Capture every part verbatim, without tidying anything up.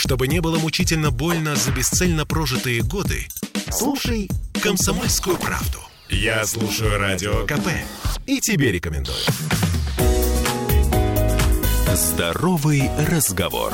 Чтобы не было мучительно больно за бесцельно прожитые годы, слушай «Комсомольскую правду». Я слушаю Радио КП и тебе рекомендую. Здоровый разговор.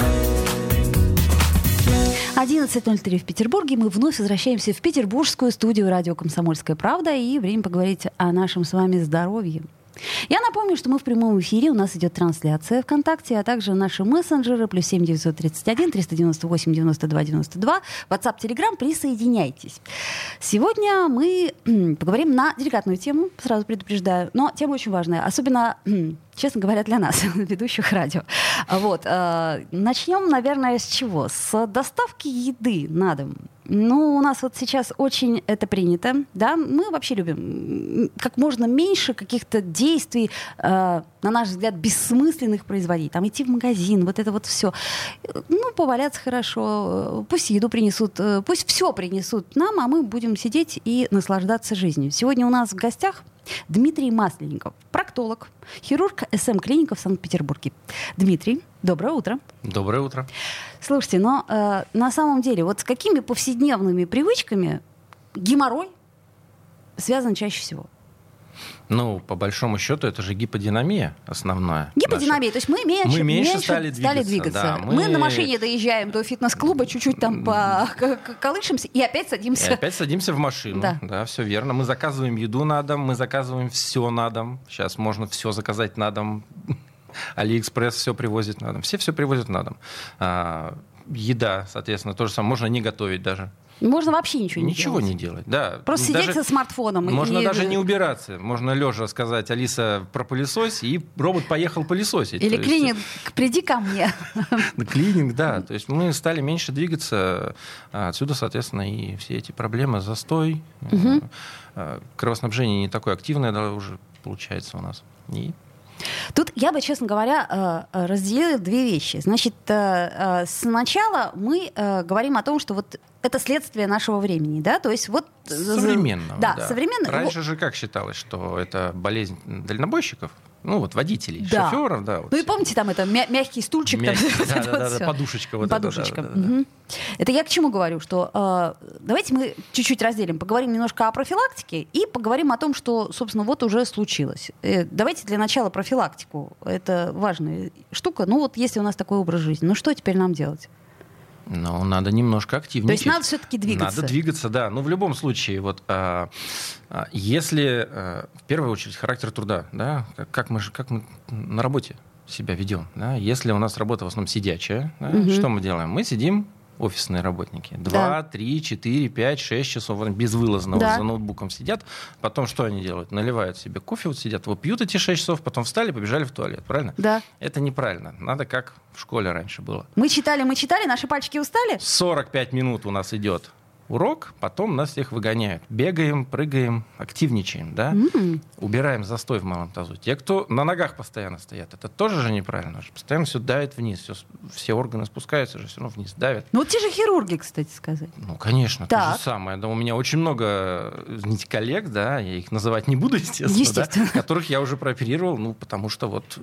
одиннадцать ноль три в Петербурге. Мы вновь возвращаемся в петербургскую студию радио «Комсомольская правда». И время поговорить о нашем с вами здоровье. Я напомню, что мы в прямом эфире, у нас идет трансляция ВКонтакте, а также наши мессенджеры, плюс семь девятьсот тридцать один триста девяносто восемь девяносто два девяносто два, WhatsApp, Telegram, присоединяйтесь. Сегодня мы поговорим на деликатную тему, сразу предупреждаю, но тема очень важная, особенно, честно говоря, для нас, ведущих радио. Вот. Начнем, наверное, с чего? С доставки еды на дом. Ну, у нас вот сейчас очень это принято, да, мы вообще любим как можно меньше каких-то действий, э, на наш взгляд, бессмысленных производить, там идти в магазин, вот это вот все. Ну, поваляться хорошо, пусть еду принесут, пусть все принесут нам, а мы будем сидеть и наслаждаться жизнью. Сегодня у нас в гостях Дмитрий Масленников, проктолог, хирург эс эм-клиника в Санкт-Петербурге. Дмитрий, доброе утро. Доброе утро. Слушайте, но э, на самом деле, вот с какими повседневными привычками геморрой связан чаще всего? Ну, по большому счету, это же гиподинамия основная. Гиподинамия, наша. то есть мы меньше, мы меньше, меньше стали двигаться. Стали двигаться. Да, мы... мы на машине доезжаем до фитнес-клуба, чуть-чуть там колышемся и опять садимся. И опять садимся в машину. Да. Да, все верно. Мы заказываем еду на дом, мы заказываем все на дом. Сейчас можно все заказать на дом. Алиэкспресс все привозит на дом. Все все привозят на дом. А, еда, соответственно, то же самое. Можно не готовить даже. Можно вообще ничего не ничего делать. не делать, да. Просто даже, сидеть со смартфоном. Можно и... даже не убираться. Можно лежа сказать: Алиса, пропылесось, и робот поехал пылесосить. Или то клининг, есть... приди ко мне. Клининг, да. То есть мы стали меньше двигаться. Отсюда, соответственно, и все эти проблемы. Застой, угу. Кровоснабжение не такое активное да, уже получается у нас. И... Тут я бы, честно говоря, разделила две вещи. Значит, сначала мы говорим о том, что вот это следствие нашего времени, да, то есть вот... Современного, да. да. Современного. Раньше же как считалось, что это болезнь дальнобойщиков? Ну, вот водителей, да. шоферов, да. Вот ну и помните, там это мя- мягкий стульчик. Мягкий, там, да, да, вот да, да, подушечка. Вот подушечка. Это, да, да, да. Угу. Это я к чему говорю? Что э, давайте мы чуть-чуть разделим. Поговорим немножко о профилактике и поговорим о том, что, собственно, вот уже случилось. Э, давайте для начала профилактику. Это важная штука. Ну вот если у нас такой образ жизни, ну что теперь нам делать? Ну, надо немножко активнее. То есть надо все-таки двигаться. Надо двигаться, да. Ну, в любом случае, вот, а, а, если, а, в первую очередь, характер труда, да, как, как, мы, как мы на работе себя ведем, да, если у нас работа в основном сидячая, да, угу. что мы делаем? Мы сидим, офисные работники, два, три, четыре, пять, шесть часов безвылазно да. за ноутбуком сидят, потом что они делают? Наливают себе кофе, вот сидят, вот пьют эти шесть часов, потом встали, побежали в туалет, правильно? Да. Это неправильно. Надо как в школе раньше было. Мы читали, мы читали, наши пальчики устали? сорок пять минут у нас идет урок, потом нас всех выгоняют. Бегаем, прыгаем, активничаем, да? Mm-hmm. Убираем застой в малом тазу. Те, кто на ногах постоянно стоят, это тоже же неправильно. Постоянно все давит вниз, все, все органы спускаются же все равно вниз, давят. Ну, вот те же хирурги, кстати сказать. Ну, конечно, так. то же самое. Да, у меня очень много извините, коллег, да, я их называть не буду, естественно, естественно. Да, которых я уже прооперировал, ну, потому что вот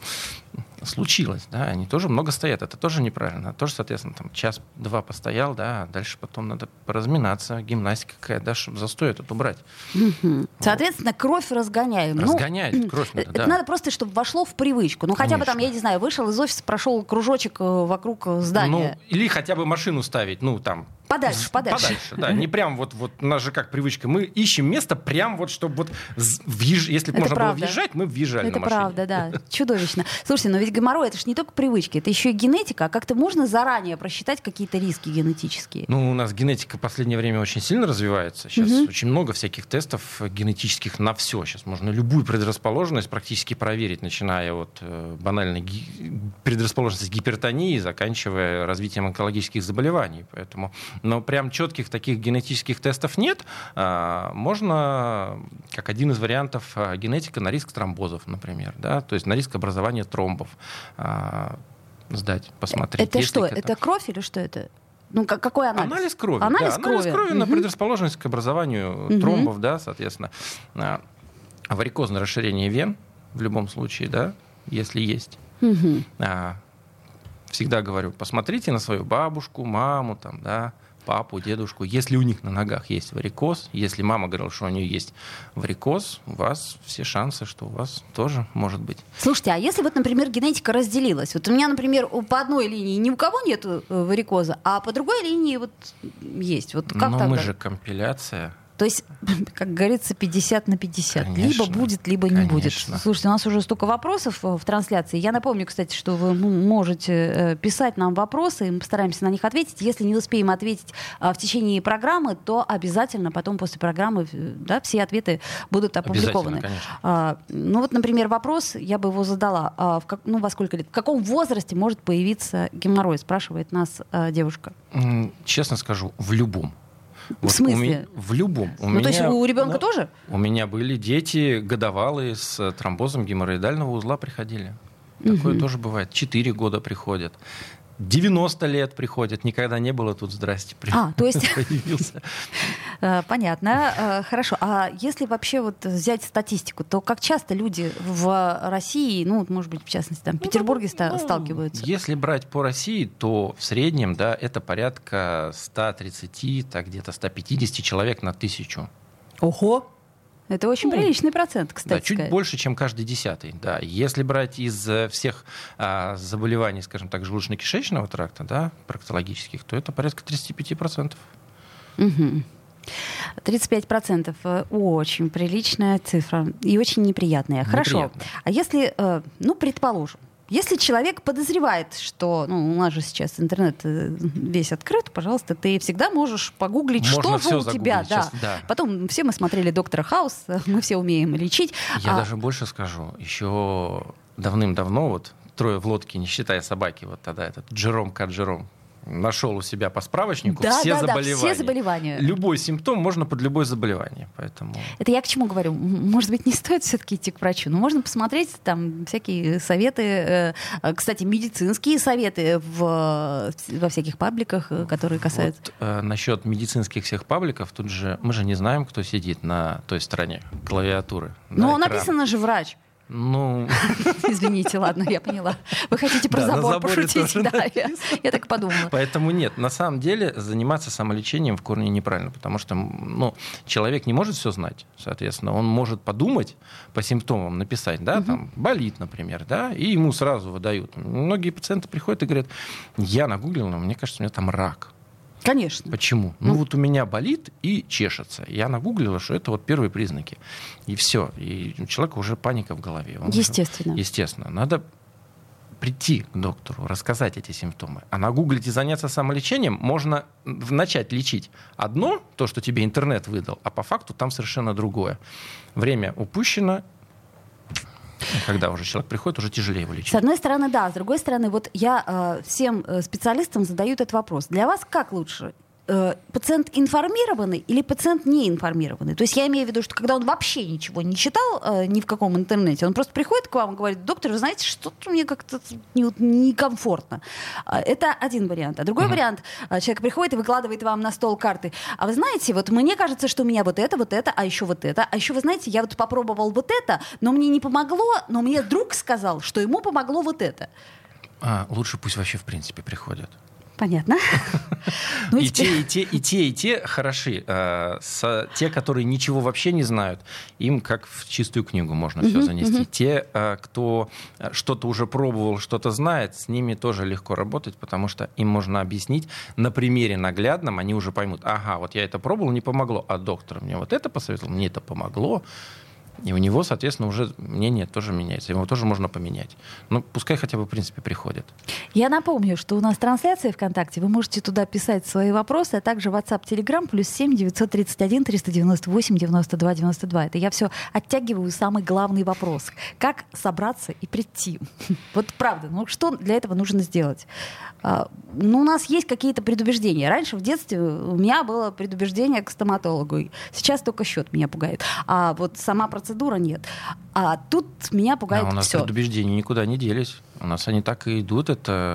случилось, да, они тоже много стоят, это тоже неправильно. Тоже, соответственно, там час-два постоял, да, а дальше потом надо разминаться, гимнастика какая-то, да, чтобы застой этот убрать. Угу. Соответственно, кровь разгоняем. Разгоняет, ну, кровь надо, это да. надо просто, чтобы вошло в привычку. Ну, хотя Конечно. бы там, я не знаю, вышел из офиса, прошел кружочек вокруг здания. Ну, или хотя бы машину ставить, ну, там... Подальше, подальше. Подальше, да. Не прям вот, вот, у нас же как привычка, мы ищем место прям вот, чтобы вот, въезж... если бы можно правда. было въезжать, мы въезжали это на машине. Это правда, да. Чудовищно. Слушайте, но ведь геморрой — это же не только привычки, это еще и генетика. А как-то можно заранее просчитать какие-то риски генетические? Ну, у нас генетика в последнее время очень сильно развивается. Сейчас угу. очень много всяких тестов генетических на все. Сейчас можно любую предрасположенность практически проверить, начиная от э, банальной ги... предрасположенности к гипертонии, заканчивая развитием онкологических заболеваний. Поэтому, но прям четких таких генетических тестов нет. А, можно, как один из вариантов, генетика на риск тромбозов, например, да, то есть на риск образования тромбов а, сдать, посмотреть. Это что? Это... это кровь или что это? Ну, какой анализ? Анализ крови. Анализ да, крови, анализ крови угу. на предрасположенность к образованию угу. тромбов, да, соответственно. А, варикозное расширение вен в любом случае, да, если есть. Угу. А, всегда говорю, посмотрите на свою бабушку, маму, там, да, папу, дедушку. Если у них на ногах есть варикоз, если мама говорила, что у нее есть варикоз, у вас все шансы, что у вас тоже может быть. Слушайте, а если вот, например, генетика разделилась? Вот у меня, например, по одной линии ни у кого нет варикоза, а по другой линии вот есть. Вот как Но тогда? мы же компиляция. То есть, как говорится, пятьдесят на пятьдесят. Конечно, либо будет, либо конечно. не будет. Слушайте, у нас уже столько вопросов в трансляции. Я напомню, кстати, что вы можете писать нам вопросы, и мы постараемся на них ответить. Если не успеем ответить в течение программы, то обязательно потом после программы, да, все ответы будут опубликованы. А, ну вот, например, вопрос, я бы его задала. А в как, ну, во сколько лет? В каком возрасте может появиться геморрой? Спрашивает нас а, девушка. Честно скажу, в любом. Вот в смысле? У ми... В любом. У ну, меня... то есть у ребенка ну, тоже? У меня были дети годовалые с тромбозом геморроидального узла приходили. Такое угу. тоже бывает. Четыре года приходят. девяносто лет приходят. Никогда не было тут. Здрасте. А, то есть... Появился. Понятно. Хорошо. А если вообще вот взять статистику, то как часто люди в России, ну, может быть, в частности, там, в Петербурге ста- сталкиваются? Если брать по России, то в среднем, да, это порядка сто тридцать, так, где-то сто пятьдесят человек на тысячу. Ого! Это очень ну, приличный процент, кстати. Да, чуть сказать. Больше, чем каждый десятый. Да. Если брать из всех а, заболеваний, скажем так, желудочно-кишечного тракта, да, проктологических, то это порядка тридцать пять процентов. Угу. тридцать пять процентов очень приличная цифра и очень неприятная. Хорошо. Неприятно. А если, ну, предположим, если человек подозревает, что, ну, у нас же сейчас интернет весь открыт, пожалуйста, ты всегда можешь погуглить, можно что же у тебя. Да. Сейчас, да. Потом все мы смотрели «Доктора Хаус», мы все умеем лечить. Я а... даже больше скажу. Еще давным-давно, вот «Трое в лодке, не считая собаки», вот тогда этот Джером К. Джером нашел у себя по справочнику да, все, да, заболевания. Да, все заболевания. Любой симптом можно под любое заболевание. Поэтому... Это я к чему говорю? Может быть, не стоит все-таки идти к врачу, но можно посмотреть там всякие советы, кстати, медицинские советы в, во всяких пабликах, которые касаются... Вот, э, насчет медицинских всех пабликов, тут же мы же не знаем, кто сидит на той стороне клавиатуры. Но написано же «врач». Ну... Извините, ладно, я поняла. Вы хотите про да, забор пошутить? Да, я, я так подумала. Поэтому нет, на самом деле заниматься самолечением в корне неправильно, потому что ну, человек не может все знать, соответственно, он может подумать по симптомам, написать, да, угу. там, болит, например, да, и ему сразу выдают. Многие пациенты приходят и говорят, я нагуглил, но мне кажется, у меня там рак. Конечно. Почему? Ну, ну вот у меня болит и чешется. Я нагуглила, что это вот первые признаки. И все. И у человека уже паника в голове. Он естественно. Уже, естественно. Надо прийти к доктору, рассказать эти симптомы. А нагуглить и заняться самолечением можно начать лечить одно, то, что тебе интернет выдал, а по факту там совершенно другое. Время упущено. Когда уже человек приходит, уже тяжелее его лечить. С одной стороны, да. С другой стороны, вот я э, всем э, специалистам задаю этот вопрос. Для вас как лучше? Э, пациент информированный или пациент неинформированный? То есть я имею в виду, что когда он вообще ничего не читал э, ни в каком интернете, он просто приходит к вам и говорит, доктор, вы знаете, что-то мне как-то некомфортно. Это один вариант. А другой mm-hmm. вариант, человек приходит и выкладывает вам на стол карты. А вы знаете, вот мне кажется, что у меня вот это, вот это, а еще вот это. А еще, вы знаете, я вот попробовал вот это, но мне не помогло, но мне друг сказал, что ему помогло вот это. А, лучше пусть вообще в принципе приходят. Понятно. И те, и те, и те, и те хороши. Те, которые ничего вообще не знают, им как в чистую книгу можно все занести. Те, кто что-то уже пробовал, что-то знает, с ними тоже легко работать, потому что им можно объяснить на примере наглядном, они уже поймут, ага, вот я это пробовал, не помогло, а доктор мне вот это посоветовал, мне это помогло. И у него, соответственно, уже мнение тоже меняется. Его тоже можно поменять. Ну, пускай хотя бы, в принципе, приходят. Я напомню, что у нас трансляция ВКонтакте. Вы можете туда писать свои вопросы, а также WhatsApp, Telegram, плюс семь девятьсот тридцать один триста девяносто восемь девяносто два девяносто два. Это я все оттягиваю самый главный вопрос. Как собраться и прийти? Вот правда, ну что для этого нужно сделать? Ну, у нас есть какие-то предубеждения. Раньше в детстве у меня было предубеждение к стоматологу. Сейчас только счет меня пугает. А вот сама процедура нет. А тут меня пугает все. А у нас всё. предубеждения никуда не делись. У нас они так и идут. Это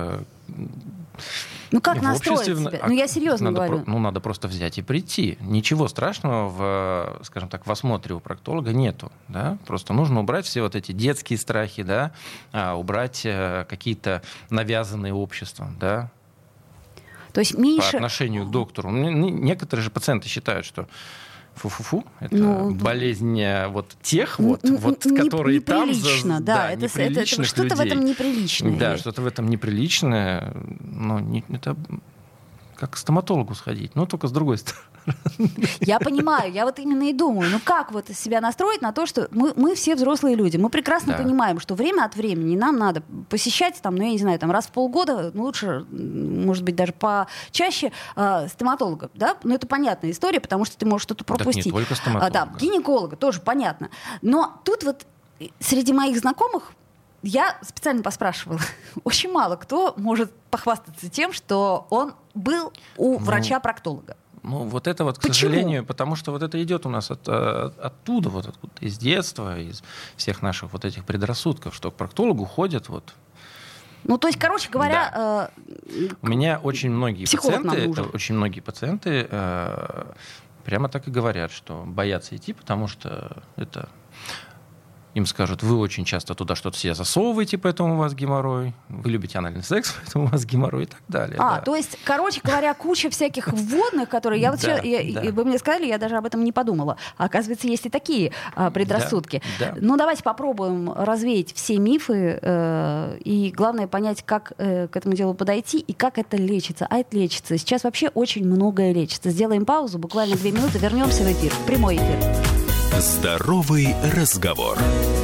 Ну как в настроить обществе, себя? а, Ну я серьезно надо говорю. Про, ну надо просто взять и прийти. Ничего страшного в, скажем так, в осмотре у проктолога нету. Да? Просто нужно убрать все вот эти детские страхи, да? а, убрать а, какие-то навязанные обществом. Да? То есть Миша... По отношению к доктору. Некоторые же пациенты считают, что фу-фу-фу, это ну, болезнь вот тех, вот, н- вот н- которые там... Неприлично, да, да, это, это, неприличных это, что-то людей. в этом неприличное. Да, что-то в этом неприличное. Но не, это как к стоматологу сходить, но только с другой стороны. Я понимаю, я вот именно и думаю, ну как вот себя настроить на то, что мы, мы все взрослые люди, мы прекрасно Да. понимаем, что время от времени нам надо посещать, там, ну я не знаю, там раз в полгода, ну лучше, может быть, даже почаще э, стоматолога, да, ну это понятная история, потому что ты можешь что-то пропустить. Так не только стоматолога. А, да, гинеколога, тоже понятно. Но тут вот среди моих знакомых я специально поспрашивала. Очень мало кто может похвастаться тем, что он был у Ну, врача-проктолога. Ну, вот это вот, к Почему? сожалению, потому что вот это идет у нас от, от- оттуда, вот откуда, из детства, из всех наших вот этих предрассудков, что к проктологу ходят вот. Ну, то есть, короче говоря, э, У меня очень многие Психолог нам пациенты, нужен. очень многие пациенты э, прямо так и говорят, что боятся идти, потому что это им скажут, вы очень часто туда что-то себе засовываете, поэтому у вас геморрой, вы любите анальный секс, поэтому у вас геморрой и так далее. а, да. то есть, короче говоря, куча всяких вводных, которые я вот Да, сейчас, я- да. и вы мне сказали, я даже об этом не подумала. А оказывается, есть и такие а, предрассудки. Да, да. Ну, давайте попробуем развеять все мифы э, и, главное, понять, как э, к этому делу подойти и как это лечится. А это лечится. Сейчас вообще очень многое лечится. Сделаем паузу, буквально две минуты, вернемся в эфир, в прямой эфир. Здоровый разговор.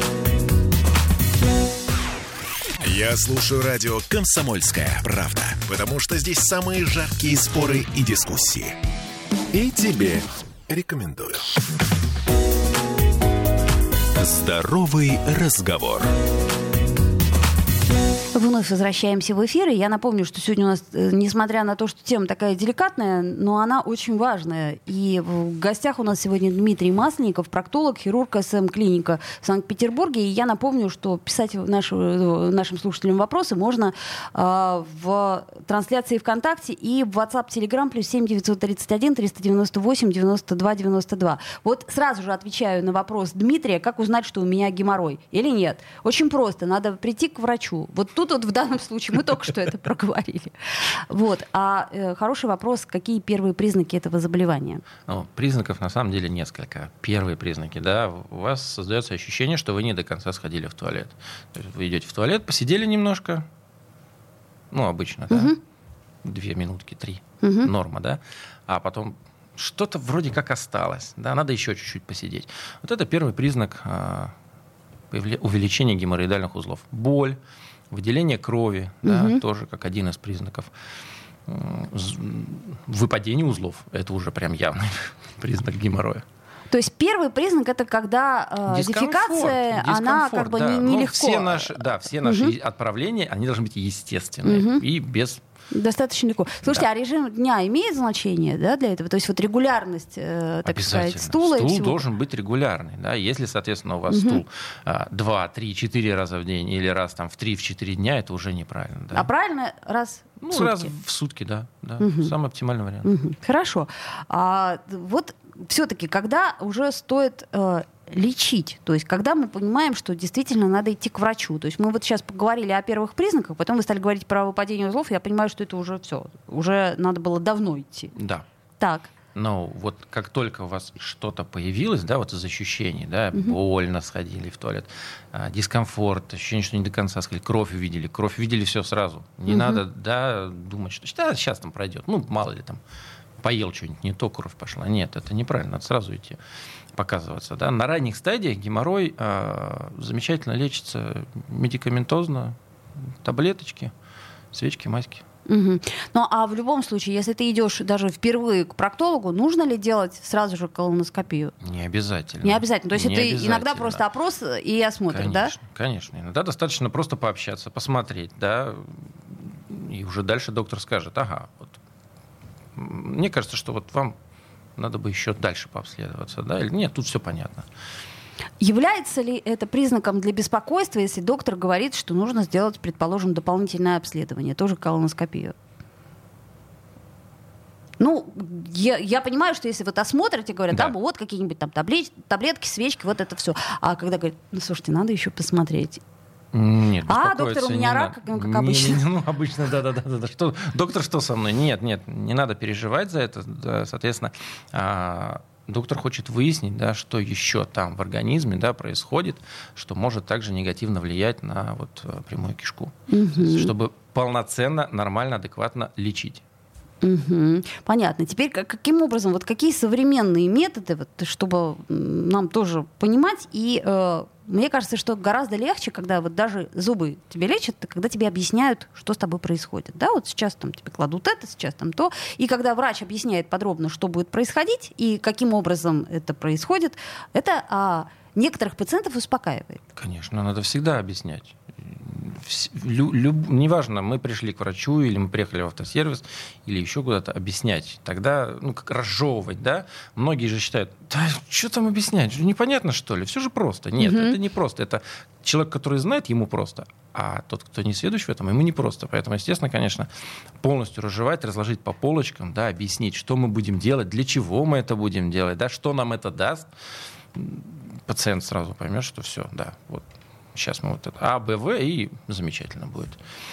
Я слушаю радио «Комсомольская правда», потому что здесь самые жаркие споры и дискуссии. И тебе рекомендую. Здоровый разговор. Вновь возвращаемся в эфир. И я напомню, что сегодня у нас, э, несмотря на то, что тема такая деликатная, но она очень важная. И в гостях у нас сегодня Дмитрий Масленников, проктолог, хирург СМ-клиника в Санкт-Петербурге. И я напомню, что писать наши, нашим слушателям вопросы можно э, в трансляции ВКонтакте и в WhatsApp, Telegram, плюс семь девятьсот тридцать один триста девяносто восемь девяносто два девяносто два. Вот сразу же отвечаю на вопрос Дмитрия, как узнать, что у меня геморрой или нет. Очень просто. Надо прийти к врачу. Вот тут вот в данном случае мы только что это проговорили. Вот. А э, хороший вопрос, какие первые признаки этого заболевания? Ну, признаков на самом деле несколько. Первые признаки, да, у вас создается ощущение, что вы не до конца сходили в туалет. То есть вы идете в туалет, посидели немножко, ну, обычно, да, Мгм. две минутки, три, Мгм. норма, да, а потом что-то вроде как осталось, да, надо еще чуть-чуть посидеть. Вот это первый признак а, появле- увеличения геморроидальных узлов. Боль, выделение крови, да, Мгм. тоже как один из признаков. М, з- Выпадение узлов – это уже прям явный признак геморроя. То есть первый признак это когда э, Дискомфорт, дефекация, она как дискомфорт, бы да. не- Ну, нелегко. все наши, да, все наши Мгм. отправления, они должны быть естественные Мгм. и без... Достаточно легко. Слушайте, Да. а режим дня имеет значение, да, для этого? То есть вот регулярность, э, так сказать, Обязательно. стула и Стул всего. должен быть регулярный. Да? Если, соответственно, у вас Мгм. стул а, два, три, четыре раза в день или раз там, в три-четыре дня, это уже неправильно. Да? А правильно раз ну, в сутки? раз в сутки, да. да. Мгм. Самый оптимальный вариант. Мгм. Хорошо. А вот все-таки, когда уже стоит э, лечить, то есть когда мы понимаем, что действительно надо идти к врачу. То есть мы вот сейчас поговорили о первых признаках, потом вы стали говорить про выпадение узлов, я понимаю, что это уже все, уже надо было давно идти. Да. Так. Но вот как только у вас что-то появилось, да, вот из ощущений, да, Мгм. больно сходили в туалет, а, дискомфорт, ощущение, что не до конца сходили, кровь увидели, кровь увидели все сразу. Не Мгм. надо, да, думать, что да, сейчас там пройдет. Ну, мало ли там, поел что-нибудь, не то кровь пошла. Нет, это неправильно, надо сразу идти показываться. Да. На ранних стадиях геморрой а, замечательно лечится медикаментозно, таблеточки, свечки, маски. Мгм. Ну а в любом случае, если ты идешь даже впервые к проктологу, нужно ли делать сразу же колоноскопию? Не обязательно. Не обязательно. То есть Не это иногда обязательно. просто опрос и осмотр, Конечно, да? конечно. Иногда достаточно просто пообщаться, посмотреть, да, и уже дальше доктор скажет, ага, вот. Мне кажется, что вот вам надо бы еще дальше пообследоваться, да, или нет, тут все понятно. Является ли это признаком для беспокойства, если доктор говорит, что нужно сделать, предположим, дополнительное обследование, тоже колоноскопию? Ну, я, я понимаю, что если вот осмотрите, говорят, да, да вот какие-нибудь там таблет, таблетки, свечки, вот это все. А когда говорят, ну, слушайте, надо еще посмотреть. Нет, а, доктор, у меня рак, как, как обычно. Не, не, ну, обычно, да-да-да. да. Что, доктор, что со мной? Нет, нет, не надо переживать за это. Да, соответственно, а, доктор хочет выяснить, да, что еще там в организме, да, происходит, что может также негативно влиять на вот, прямую кишку, угу. чтобы полноценно, нормально, адекватно лечить. Угу. Понятно. Теперь каким образом, вот какие современные методы, вот, чтобы нам тоже понимать, и э, мне кажется, что гораздо легче, когда вот даже зубы тебе лечат, когда тебе объясняют, что с тобой происходит. Да, вот сейчас там тебе кладут это, сейчас там то, и когда врач объясняет подробно, что будет происходить и каким образом это происходит, это а, некоторых пациентов успокаивает. Конечно, надо всегда объяснять. Лю, люб, неважно, мы пришли к врачу, или мы приехали в автосервис, или еще куда-то объяснять. Тогда, ну, как разжевывать, да? Многие же считают, да, что там объяснять? Непонятно, что ли? Все же просто. Нет, mm-hmm. это не просто. Это человек, который знает, ему просто. А тот, кто не сведущ в этом, ему не просто. Поэтому, естественно, конечно, полностью разжевать, разложить по полочкам, да, объяснить, что мы будем делать, для чего мы это будем делать, да, что нам это даст. Пациент сразу поймет, что все, да, вот. Сейчас мы вот это А, Б, В, и замечательно будет.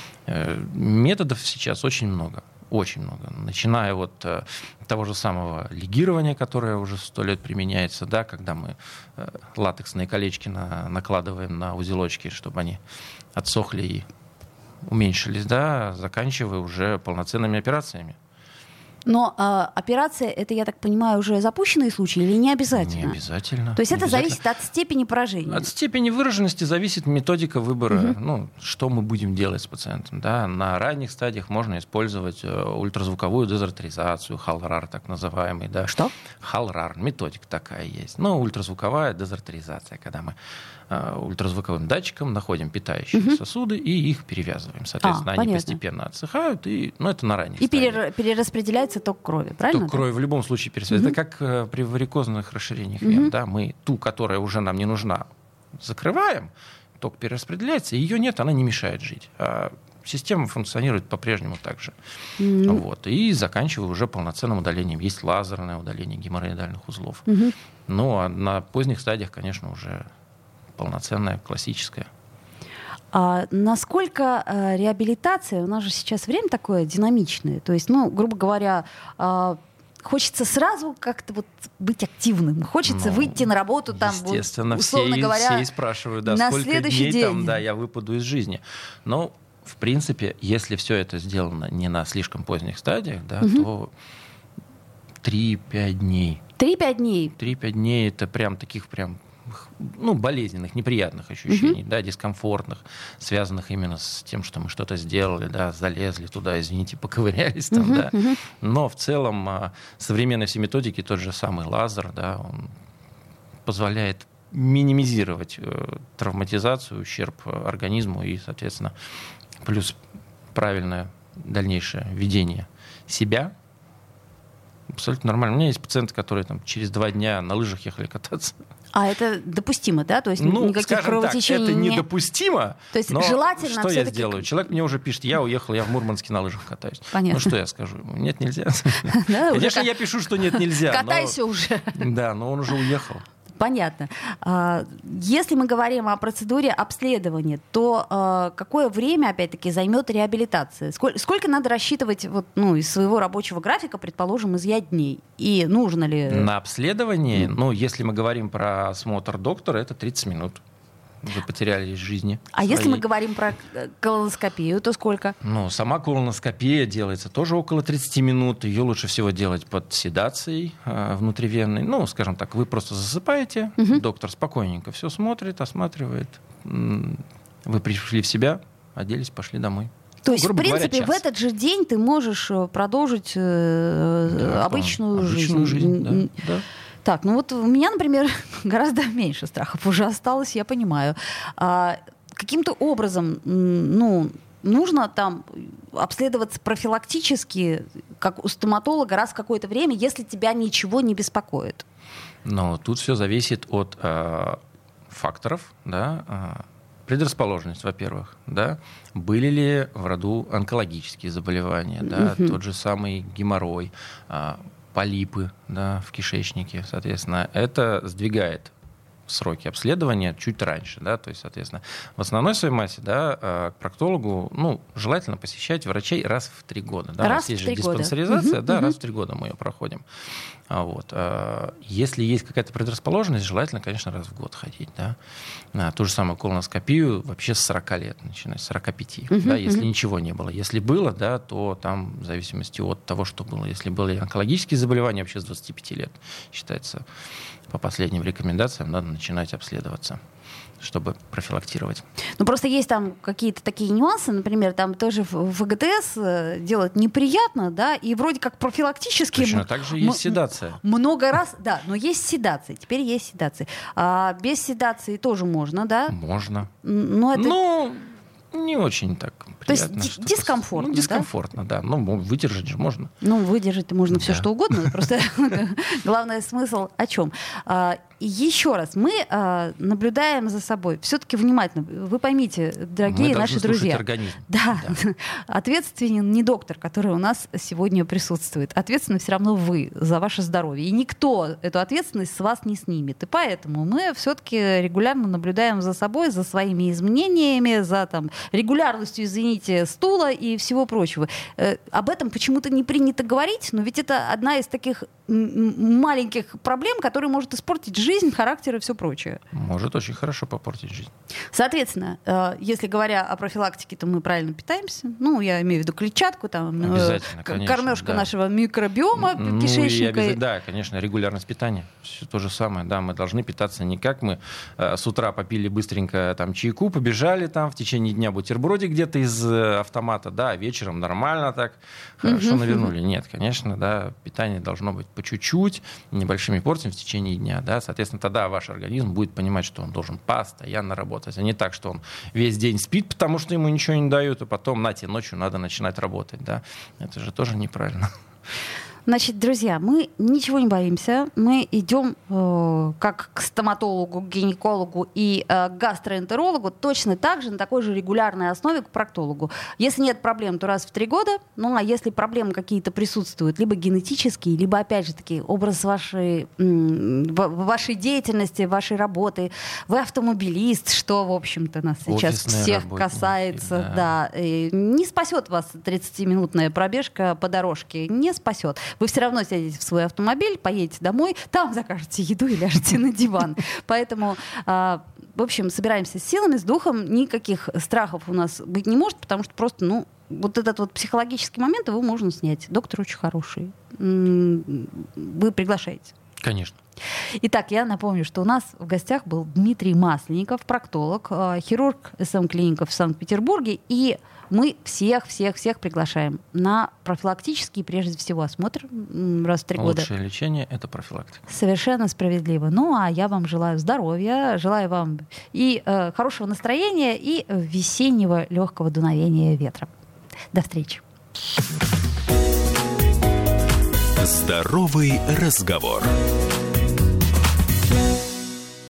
Методов сейчас очень много. Очень много. Начиная от того же самого лигирования, которое уже сто лет применяется, да, когда мы латексные колечки на, накладываем на узелочки, чтобы они отсохли и уменьшились, да, заканчивая уже полноценными операциями. Но э, операция, это, я так понимаю, уже запущенные случаи или не обязательно? Не обязательно. То есть это обязательно. Зависит от степени поражения? От степени выраженности зависит методика выбора, угу. ну, что мы будем делать с пациентом. Да? На ранних стадиях можно использовать ультразвуковую дезартеризацию, халрар так называемый. Да? Что? Халрар, методика такая есть. Ну, ультразвуковая дезартеризация, когда мы ультразвуковым датчиком находим питающие угу. сосуды и их перевязываем. Соответственно, а, они понятно. Постепенно отсыхают, и, ну, это на ранних и стадиях. И перераспределяется ток крови, правильно? Ток крови в любом случае перераспределяется. Угу. Это как при варикозных расширениях вен. Угу. Да? Мы ту, которая уже нам не нужна, закрываем, ток перераспределяется, ее нет, она не мешает жить. А система функционирует по-прежнему так же. Mm-hmm. Вот. И заканчивая уже полноценным удалением. Есть лазерное удаление геморроидальных узлов. Mm-hmm. Ну, а на поздних стадиях, конечно, уже полноценная, классическая. А насколько а, реабилитация, у нас же сейчас время такое динамичное, то есть, ну, грубо говоря, а, хочется сразу как-то вот быть активным, хочется ну, выйти на работу там, естественно, вот, условно все, говоря, все и спрашивают, да, на сколько следующий дней день. Там, да, я выпаду из жизни. Но, в принципе, если все это сделано не на слишком поздних стадиях, да, угу. то три-пять дней. три-пять дней? три-пять дней это прям таких прям ну, болезненных, неприятных ощущений, uh-huh. да, дискомфортных, связанных именно с тем, что мы что-то сделали, да, залезли туда, извините, поковырялись там, uh-huh, да. Uh-huh. Но в целом современные все методики, тот же самый лазер, да, он позволяет минимизировать э, травматизацию, ущерб организму и, соответственно, плюс правильное дальнейшее ведение себя. Абсолютно нормально. У меня есть пациенты, которые там через два дня на лыжах ехали кататься. А это допустимо, да? То есть ну, никаких кровотечений так, это не... недопустимо. То есть но желательно что я сделаю? Человек мне уже пишет, я уехал, я в Мурманске на лыжах катаюсь. Понятно. Ну что я скажу? Нет, нельзя. Конечно, я пишу, что нет, нельзя. Катайся уже. Да, но он уже уехал. Понятно. Если мы говорим о процедуре обследования, то какое время, опять-таки, займет реабилитация? Сколько, сколько надо рассчитывать вот, ну, из своего рабочего графика, предположим, изъять дней? И нужно ли... На обследование, mm. ну, если мы говорим про осмотр доктора, это тридцать минут. Вы потеряли из жизни. А своей. Если мы говорим про колоноскопию, то сколько? Ну, сама колоноскопия делается тоже около тридцать минут. Ее лучше всего делать под седацией э, внутривенной. Ну, скажем так, вы просто засыпаете, угу. доктор спокойненько все смотрит, осматривает. Вы пришли в себя, оделись, пошли домой. То есть, грубо в принципе, говоря, в этот же день ты можешь продолжить э, да, обычную, обычную жизнь. жизнь да, да. Так, ну вот у меня, например, гораздо меньше страхов уже осталось, я понимаю. А, каким-то образом, ну, нужно там обследоваться профилактически, как у стоматолога, раз в какое-то время, если тебя ничего не беспокоит. Но тут все зависит от э, факторов, да, предрасположенность, во-первых, да, были ли в роду онкологические заболевания, да, mm-hmm. тот же самый геморрой, полипы, да, в кишечнике, соответственно, это сдвигает сроки обследования чуть раньше, да, то есть, соответственно, в основной своей массе, да, к проктологу, ну, желательно посещать врачей раз в три года, да, раз у нас есть в три же года. диспансеризация, угу, да, угу. раз в три года мы ее проходим, а вот, если есть какая-то предрасположенность, желательно, конечно, раз в год ходить, да, на ту же самую колоноскопию вообще с сорока лет, начиная с сорока пяти, угу, да, если угу. ничего не было, если было, да, то там в зависимости от того, что было, если были онкологические заболевания, вообще с двадцати пяти лет считается. По последним рекомендациям надо начинать обследоваться, чтобы профилактировать. Ну, просто есть там какие-то такие нюансы, например, там тоже в ВГТС делать неприятно, да, и вроде как профилактически... Точно, так же есть седация. Много раз, да, но есть седация, теперь есть седация. А без седации тоже можно, да? Можно. Но это... Ну, не очень так приятно. То есть дискомфортно, ну, дискомфортно, да? да. Ну, выдержать же можно. Ну, выдержать можно да. все, что угодно. Просто главный смысл о чем? Еще раз, мы наблюдаем за собой. Все-таки внимательно. Вы поймите, дорогие наши друзья. Организм. Да. да. Ответственен не доктор, который у нас сегодня присутствует. Ответственны все равно вы за ваше здоровье. И никто эту ответственность с вас не снимет. И поэтому мы все-таки регулярно наблюдаем за собой, за своими изменениями, за там, регулярностью, извините, стула и всего прочего. Об этом почему-то не принято говорить, но ведь это одна из таких маленьких проблем, которая может испортить жизнь, характер и все прочее. Может очень хорошо попортить жизнь. Соответственно, если говоря о профилактике, то мы правильно питаемся. Ну, я имею в виду клетчатку, там, кормежку да. нашего микробиома ну, кишечника. И, да, конечно, регулярность питания. Все то же самое. Да, мы должны питаться не как мы э, с утра попили быстренько там, чайку, побежали там в течение дня бутербродик где-то из э, автомата, да, вечером нормально так, хорошо навернули. Нет, конечно, да, питание должно быть по чуть-чуть, небольшими порциями в течение дня, да, соответственно, тогда ваш организм будет понимать, что он должен постоянно работать, а не так, что он весь день спит, потому что ему ничего не дают, а потом, на тебе, ночью надо начинать работать, да, это же тоже неправильно. Значит, друзья, мы ничего не боимся. Мы идем э, как к стоматологу, к гинекологу и э, гастроэнтерологу точно так же, на такой же регулярной основе к проктологу. Если нет проблем, то раз в три года. Ну, а если проблемы какие-то присутствуют, либо генетические, либо, опять же таки, образ вашей, м- вашей деятельности, вашей работы. Вы автомобилист, что, в общем-то, нас сейчас Офисные всех работники, касается. Да. Да. Не спасет вас тридцатиминутная пробежка по дорожке. Не спасет. Вы все равно сядете в свой автомобиль, поедете домой, там закажете еду и ляжете на диван. Поэтому, в общем, собираемся с силами, с духом. Никаких страхов у нас быть не может, потому что просто, ну, вот этот вот психологический момент его можно снять. Доктор очень хороший. Вы приглашаете? Конечно. Итак, я напомню, что у нас в гостях был Дмитрий Масленников, проктолог, хирург эс эм-клиника в Санкт-Петербурге. И мы всех-всех-всех приглашаем на профилактический, прежде всего, осмотр раз в три года. Лучшее лечение — это профилактика. Совершенно справедливо. Ну, а я вам желаю здоровья, желаю вам и э, хорошего настроения, и весеннего легкого дуновения ветра. До встречи. Здоровый разговор.